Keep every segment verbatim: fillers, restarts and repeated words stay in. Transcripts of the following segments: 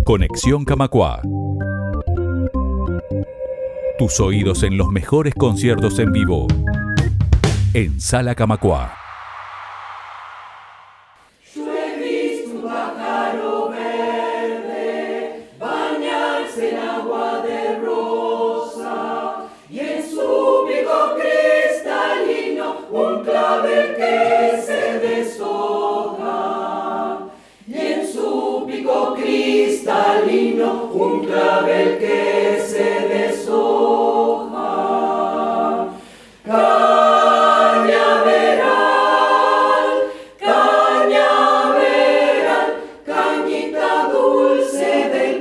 Conexión Camacuá. Tus oídos en los mejores conciertos en vivo. En Sala Camacuá. Un clavel que se deshoja, cañaveral, cañaveral, cañita dulce del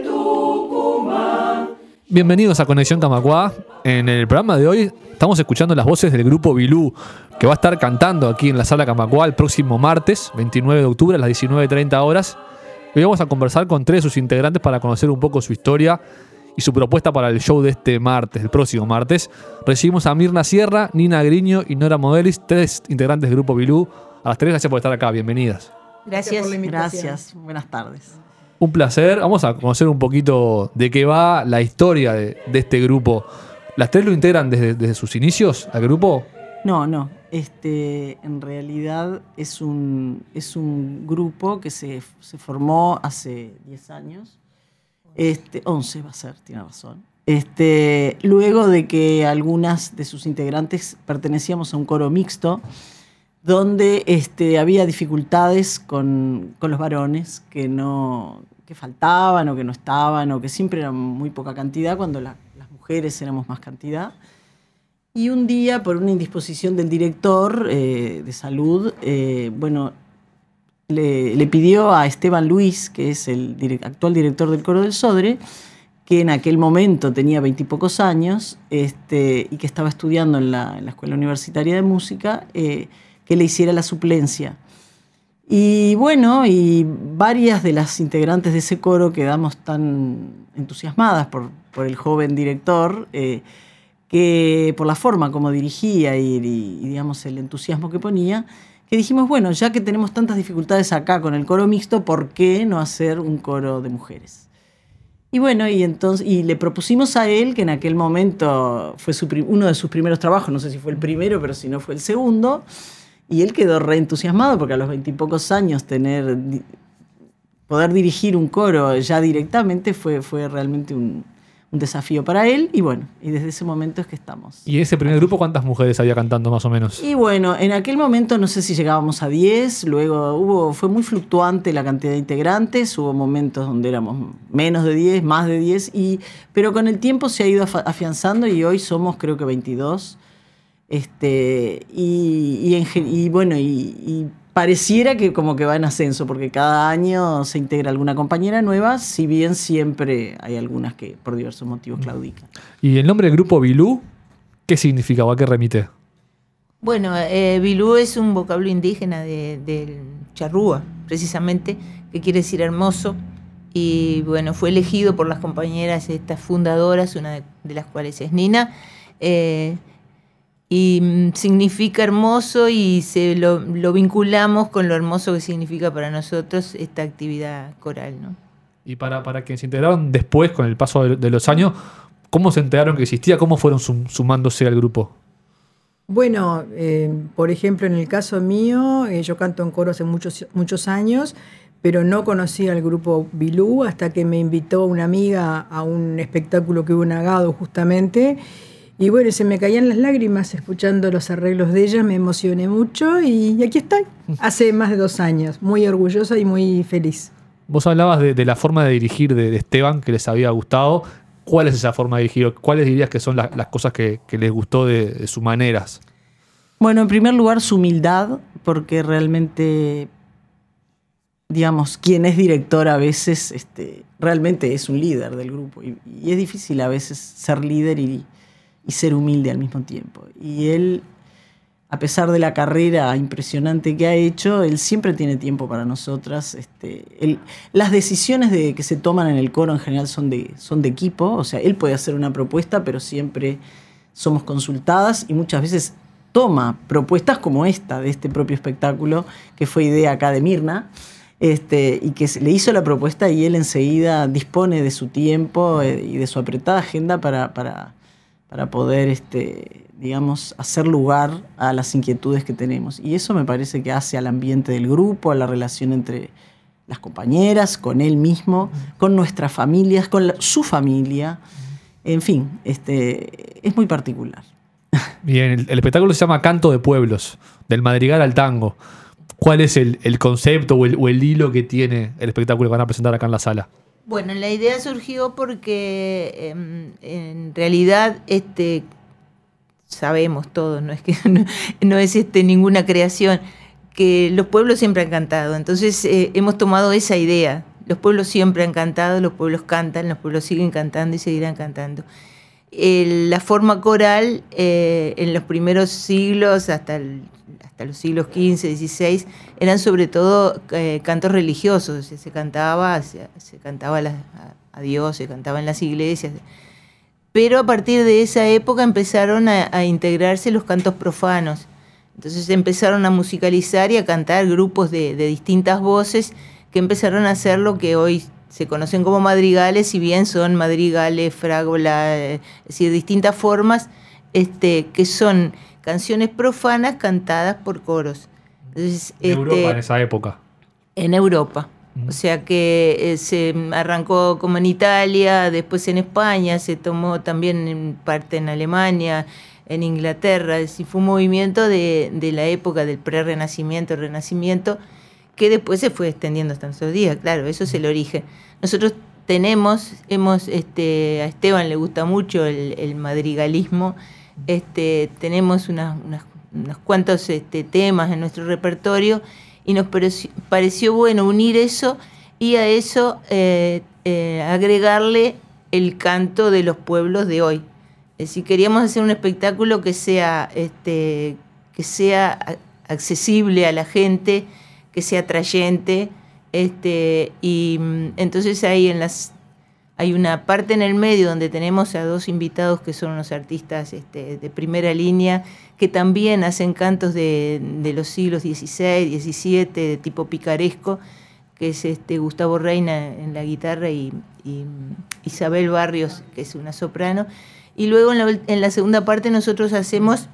Tucumán. Bienvenidos a Conexión Camacuá. En el programa de hoy estamos escuchando las voces del grupo Bilú, que va a estar cantando aquí en la Sala Camacuá el próximo martes, veintinueve de octubre a las diecinueve treinta horas. Hoy vamos a conversar con tres de sus integrantes para conocer un poco su historia y su propuesta para el show de este martes, el próximo martes. Recibimos a Mirna Sierra, Nina Griño y Nora Modelis, tres integrantes del grupo Bilú. A las tres, gracias por estar acá, bienvenidas. Gracias. Gracias, buenas tardes. Un placer. Vamos a conocer un poquito de qué va la historia de, de este grupo. ¿Las tres lo integran desde, desde sus inicios al grupo? No, no. Este, en realidad es un, es un grupo que se, se formó hace diez años. Este, once va a ser, tiene razón. Este, luego de que algunas de sus integrantes pertenecíamos a un coro mixto, donde este, había dificultades con, con los varones que, no, que faltaban o que no estaban, o que siempre eran muy poca cantidad, cuando la, las mujeres éramos más cantidad. Y un día, por una indisposición del director eh, de salud, eh, bueno, le, le pidió a Esteban Luis, que es el direct, actual director del Coro del Sodre, que en aquel momento tenía veintipocos años este, y que estaba estudiando en la, en la Escuela Universitaria de Música, eh, que le hiciera la suplencia. Y bueno, y varias de las integrantes de ese coro quedamos tan entusiasmadas por, por el joven director, eh, que por la forma como dirigía y, y, y digamos el entusiasmo que ponía, que dijimos, bueno, ya que tenemos tantas dificultades acá con el coro mixto, ¿por qué no hacer un coro de mujeres? Y bueno, y entonces y le propusimos a él, que en aquel momento fue su, uno de sus primeros trabajos, no sé si fue el primero, pero si no fue el segundo, y él quedó re entusiasmado porque a los veintipocos años tener, poder dirigir un coro ya directamente fue, fue realmente un un desafío para él, y bueno, y desde ese momento es que estamos. ¿Y ese primer grupo cuántas mujeres había cantando más o menos? Y bueno, en aquel momento no sé si llegábamos a diez, luego hubo, fue muy fluctuante la cantidad de integrantes, hubo momentos donde éramos menos de diez, más de diez, y, pero con el tiempo se ha ido afianzando y hoy somos creo que veintidós. Este, y, y, en, y bueno, y, y pareciera que como que va en ascenso, porque cada año se integra alguna compañera nueva, si bien siempre hay algunas que por diversos motivos claudican. ¿Y el nombre del grupo Bilú, qué significa o a qué remite? Bueno, eh, Bilú es un vocablo indígena de, del charrúa, precisamente, que quiere decir hermoso, y bueno, fue elegido por las compañeras estas fundadoras, una de, de las cuales es Nina, eh, y significa hermoso, y se lo, lo vinculamos con lo hermoso que significa para nosotros esta actividad coral, ¿no? Y para, para quienes se integraron después, con el paso de, de los años, ¿cómo se enteraron que existía? ¿Cómo fueron sum, sumándose al grupo? Bueno, eh, por ejemplo, en el caso mío, eh, yo canto en coro hace muchos, muchos años, pero no conocía al grupo Bilú hasta que me invitó una amiga a un espectáculo que hubo en Agado justamente. Y bueno, se me caían las lágrimas escuchando los arreglos de ella, me emocioné mucho y aquí estoy, hace más de dos años, muy orgullosa y muy feliz. Vos hablabas de, de la forma de dirigir de, de Esteban, que les había gustado. ¿Cuál es esa forma de dirigir? ¿Cuáles dirías que son la, las cosas que, que les gustó de, de sus maneras? Bueno, en primer lugar, su humildad, porque realmente, digamos, quien es director a veces este, realmente es un líder del grupo. Y, y es difícil a veces ser líder y... y ser humilde al mismo tiempo. Y él, a pesar de la carrera impresionante que ha hecho, él siempre tiene tiempo para nosotras. Este, él, las decisiones de, que se toman en el coro en general son de, son de equipo, o sea, él puede hacer una propuesta, pero siempre somos consultadas y muchas veces toma propuestas como esta, de este propio espectáculo, que fue idea acá de Mirna, Este, y que le hizo la propuesta y él enseguida dispone de su tiempo eh, y de su apretada agenda para, para, para poder, este, digamos, hacer lugar a las inquietudes que tenemos. Y eso me parece que hace al ambiente del grupo, a la relación entre las compañeras, con él mismo, con nuestras familias, con la, su familia. En fin, este, es muy particular. Bien, el, el espectáculo se llama Canto de Pueblos, del madrigal al tango. ¿Cuál es el, el concepto o el, o el hilo que tiene el espectáculo que van a presentar acá en la sala? Bueno, la idea surgió porque eh, en realidad este, sabemos todos, no es que no, no es este, ninguna creación, que los pueblos siempre han cantado. Entonces eh, hemos tomado esa idea. Los pueblos siempre han cantado, los pueblos cantan, los pueblos siguen cantando y seguirán cantando. Eh, la forma coral eh, en los primeros siglos, hasta, el, hasta los siglos quince, dieciséis, eran sobre todo eh, cantos religiosos. Se, se cantaba, se, se cantaba la, a, a Dios, se cantaba en las iglesias. Pero a partir de esa época empezaron a, a integrarse los cantos profanos. Entonces empezaron a musicalizar y a cantar grupos de, de distintas voces que empezaron a hacer lo que hoy se conocen como madrigales, si bien son madrigales, frágola, es decir, distintas formas, este, que son canciones profanas cantadas por coros. Entonces, En este, Europa, en esa época. En Europa. O sea que eh, se arrancó como en Italia, después en España, se tomó también en parte en Alemania, en Inglaterra. Es decir, fue un movimiento de, de la época del pre-renacimiento, renacimiento, que después se fue extendiendo hasta nuestros días. Claro, eso es el origen. Nosotros tenemos, hemos, este, a Esteban le gusta mucho el, el madrigalismo, este, tenemos unas, unas, unos cuantos este, temas en nuestro repertorio y nos pareció, pareció bueno unir eso y a eso eh, eh, agregarle el canto de los pueblos de hoy. Es decir, queríamos hacer un espectáculo que sea, este, que sea accesible a la gente, que sea atrayente, este, y entonces ahí en las, hay una parte en el medio donde tenemos a dos invitados que son unos artistas este, de primera línea, que también hacen cantos de, de los siglos dieciséis, diecisiete, de tipo picaresco, que es este Gustavo Reina en la guitarra y, y Isabel Barrios, que es una soprano. Y luego en la, en la segunda parte nosotros hacemos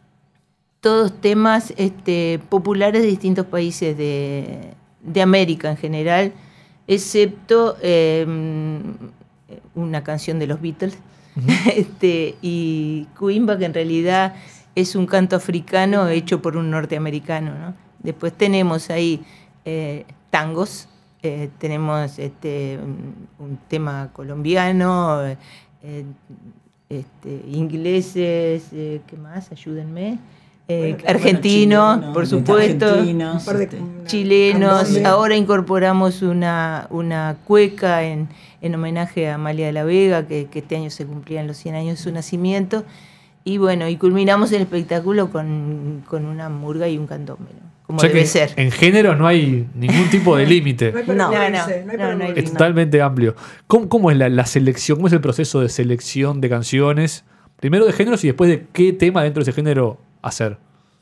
todos temas este, populares de distintos países de, de América en general, excepto eh, una canción de los Beatles, uh-huh. este, y Cuimba, que en realidad es un canto africano hecho por un norteamericano, ¿no? Después tenemos ahí eh, tangos, eh, tenemos este, un, un tema colombiano, eh, este, ingleses, eh, ¿qué más? Ayúdenme. Eh, bueno, argentino, bueno, chileno, por supuesto, argentinos, este, chilenos. Candombe. Ahora incorporamos una, una cueca en, en homenaje a Amalia de la Vega, que, que este año se cumplían los cien años de su nacimiento. Y bueno, y culminamos el espectáculo con, con una murga y un candombe, ¿no? Como o sea debe que ser. En género no hay ningún tipo de límite. No, no, no, no, no, no es totalmente amplio. ¿Cómo, cómo es la, la selección? ¿Cómo es el proceso de selección de canciones? Primero de géneros y después de qué tema dentro de ese género hacer.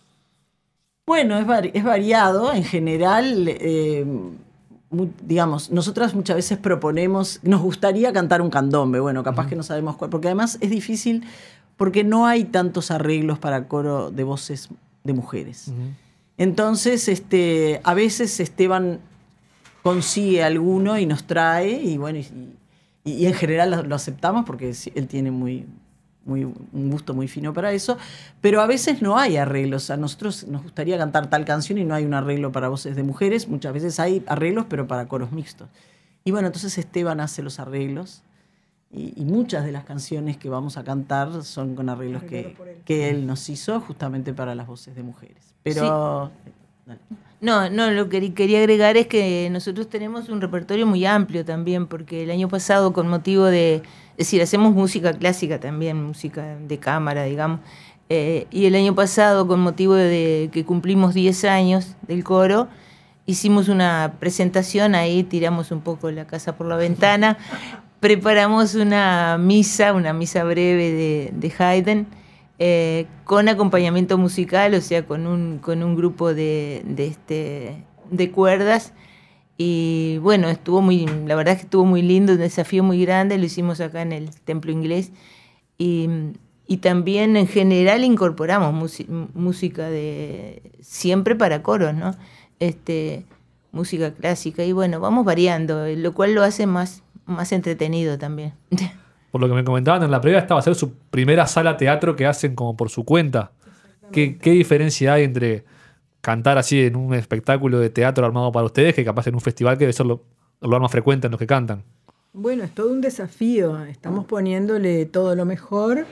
Bueno, es, vari- es variado. En general, eh, mu- digamos, nosotras muchas veces proponemos, nos gustaría cantar un candombe. Bueno, capaz uh-huh. que no sabemos cuál, porque además es difícil porque no hay tantos arreglos para coro de voces de mujeres. Uh-huh. Entonces, este, a veces Esteban consigue alguno y nos trae, y bueno, y, y, y en general lo, lo aceptamos porque él tiene muy, muy, un gusto muy fino para eso, pero a veces no hay arreglos. A nosotros nos gustaría cantar tal canción y no hay un arreglo para voces de mujeres. Muchas veces hay arreglos, pero para coros mixtos. Y bueno, entonces Esteban hace los arreglos. Y, y muchas de las canciones que vamos a cantar son con arreglos que, que él nos hizo justamente para las voces de mujeres. Pero... Sí. No, no, lo que quería agregar es que nosotros tenemos un repertorio muy amplio también, porque el año pasado, con motivo de... Es decir, hacemos música clásica también, música de cámara, digamos. Eh, y el año pasado, con motivo de que cumplimos diez años del coro, hicimos una presentación, ahí tiramos un poco la casa por la ventana. Preparamos una misa, una misa breve de, de Haydn, eh, con acompañamiento musical, o sea, con un, con un grupo de, de, este, de cuerdas, Y bueno, estuvo muy, la verdad es que estuvo muy lindo, un desafío muy grande, lo hicimos acá en el Templo Inglés. Y, y también en general incorporamos música, música de siempre para coros, ¿no? Este, música clásica. Y bueno, vamos variando, lo cual lo hace más, más entretenido también. Por lo que me comentaban en la previa, esta va a ser su primera sala teatro que hacen como por su cuenta. ¿Qué, qué diferencia hay entre cantar así en un espectáculo de teatro armado para ustedes que capaz en un festival que debe ser lo, lo lugar más frecuente en los que cantan? Bueno, es todo un desafío. Estamos poniéndole todo lo mejor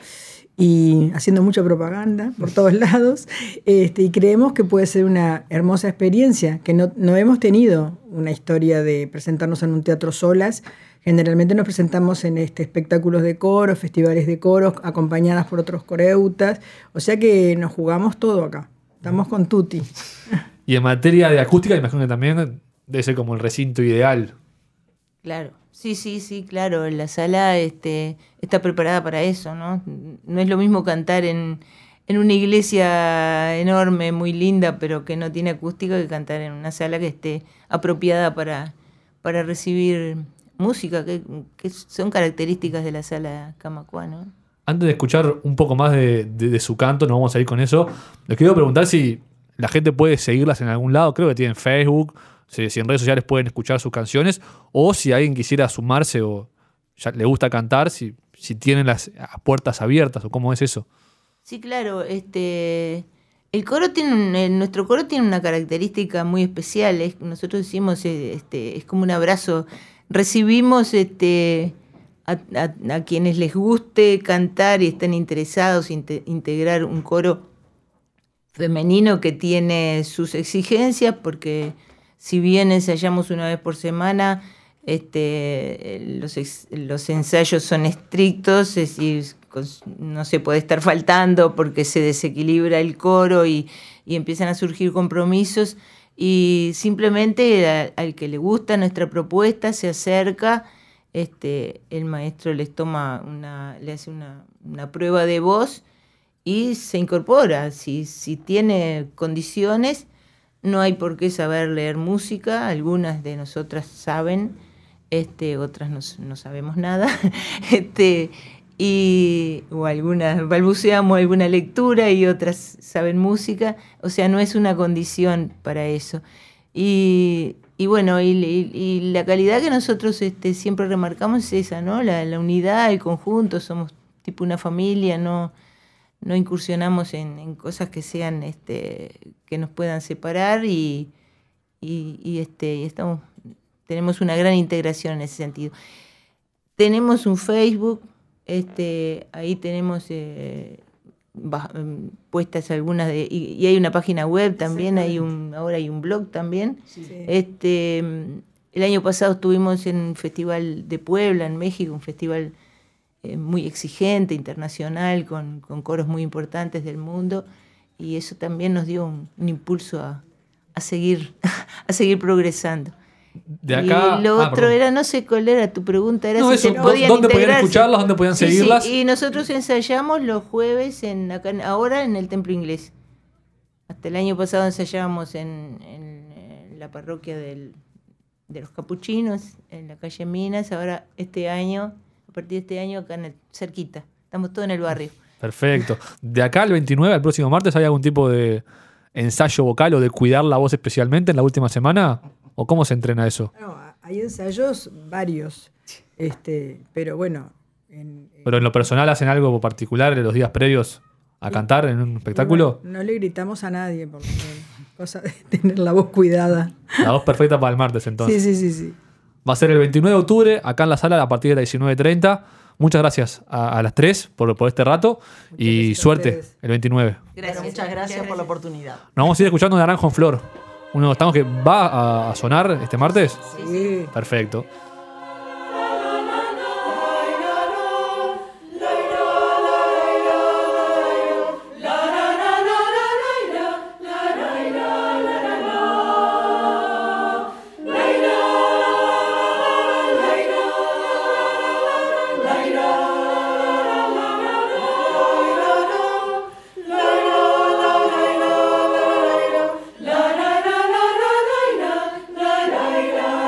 y haciendo mucha propaganda por todos lados. Este, y creemos que puede ser una hermosa experiencia, que no, no hemos tenido una historia de presentarnos en un teatro solas. Generalmente nos presentamos en este, espectáculos de coro, festivales de coros, acompañadas por otros coreutas. O sea que nos jugamos todo acá. Estamos con tutti. Y en materia de acústica, imagino que también debe ser como el recinto ideal. Claro, sí, sí, sí, claro. La sala este, está preparada para eso, ¿no? No es lo mismo cantar en, en una iglesia enorme, muy linda, pero que no tiene acústica, que cantar en una sala que esté apropiada para, para recibir música, que, que son características de la sala Camacuá, ¿no? Antes de escuchar un poco más de, de, de su canto, nos vamos a ir con eso. Les quiero preguntar si la gente puede seguirlas en algún lado. Creo que tienen Facebook, si, si en redes sociales pueden escuchar sus canciones, o si alguien quisiera sumarse o ya le gusta cantar, si, si tienen las puertas abiertas o cómo es eso. Sí, claro. Este, el coro tiene un, nuestro coro tiene una característica muy especial. Es, nosotros decimos, este, es como un abrazo. Recibimos este, a, a, a quienes les guste cantar y estén interesados en inte, integrar un coro femenino que tiene sus exigencias, porque si bien ensayamos una vez por semana, este, los, ex, los ensayos son estrictos, es decir, no se puede estar faltando porque se desequilibra el coro y, y empiezan a surgir compromisos. Y simplemente al, al que le gusta nuestra propuesta se acerca, este, el maestro les toma una, le hace una, una prueba de voz y se incorpora. Si, si tiene condiciones, no hay por qué saber leer música. Algunas de nosotras saben, este, otras no, no sabemos nada, este, y, o algunas balbuceamos alguna lectura y otras saben música. O sea, no es una condición para eso. Y, y bueno, y, y, y la calidad que nosotros este, siempre remarcamos es esa, ¿no? La, la unidad, el conjunto, somos tipo una familia, no, no incursionamos en, en cosas que sean, este, que nos puedan separar y, y, y, este, y estamos, tenemos una gran integración en ese sentido. Tenemos un Facebook. Este, ahí tenemos eh, bah, puestas algunas de, y, y hay una página web también, hay un, ahora hay un blog también. Sí. Este, el año pasado estuvimos en un festival de Puebla, en México, un festival eh, muy exigente, internacional, con, con coros muy importantes del mundo, y eso también nos dio un, un impulso a, a seguir, a seguir progresando. De acá, y lo ah, otro perdón. era, no sé cuál era tu pregunta, era no, si eso, se podían ¿dónde integrarse? podían escucharlas? ¿Dónde podían sí, seguirlas? Sí, y nosotros ensayamos los jueves, en, acá, ahora en el Templo Inglés. Hasta el año pasado ensayábamos en, en, en la parroquia del, de los Capuchinos, en la calle Minas. Ahora este año, a partir de este año, acá en el, cerquita. Estamos todos en el barrio. Perfecto. De acá al veintinueve, al próximo martes, ¿hay algún tipo de ensayo vocal o de cuidar la voz especialmente en la última semana? ¿O cómo se entrena eso? No, hay ensayos varios, este, pero bueno. En, en, ¿Pero en lo personal hacen algo particular en los días previos a sí. cantar en un espectáculo? No, no le gritamos a nadie, porque cosa de tener la voz cuidada. La voz perfecta para el martes, entonces. Sí, sí, sí, sí. Va a ser el veintinueve de octubre, acá en la sala, a partir de las diecinueve treinta. Muchas gracias a, a las tres por, por este rato. Muchas y suerte el veintinueve. Gracias, bueno, muchas gracias, gracias por la oportunidad. Nos vamos a ir escuchando Naranjo en Flor. Uno de los tangos que va a sonar este martes. Sí. Perfecto. La la la la la la la la la la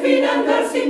fin andar sin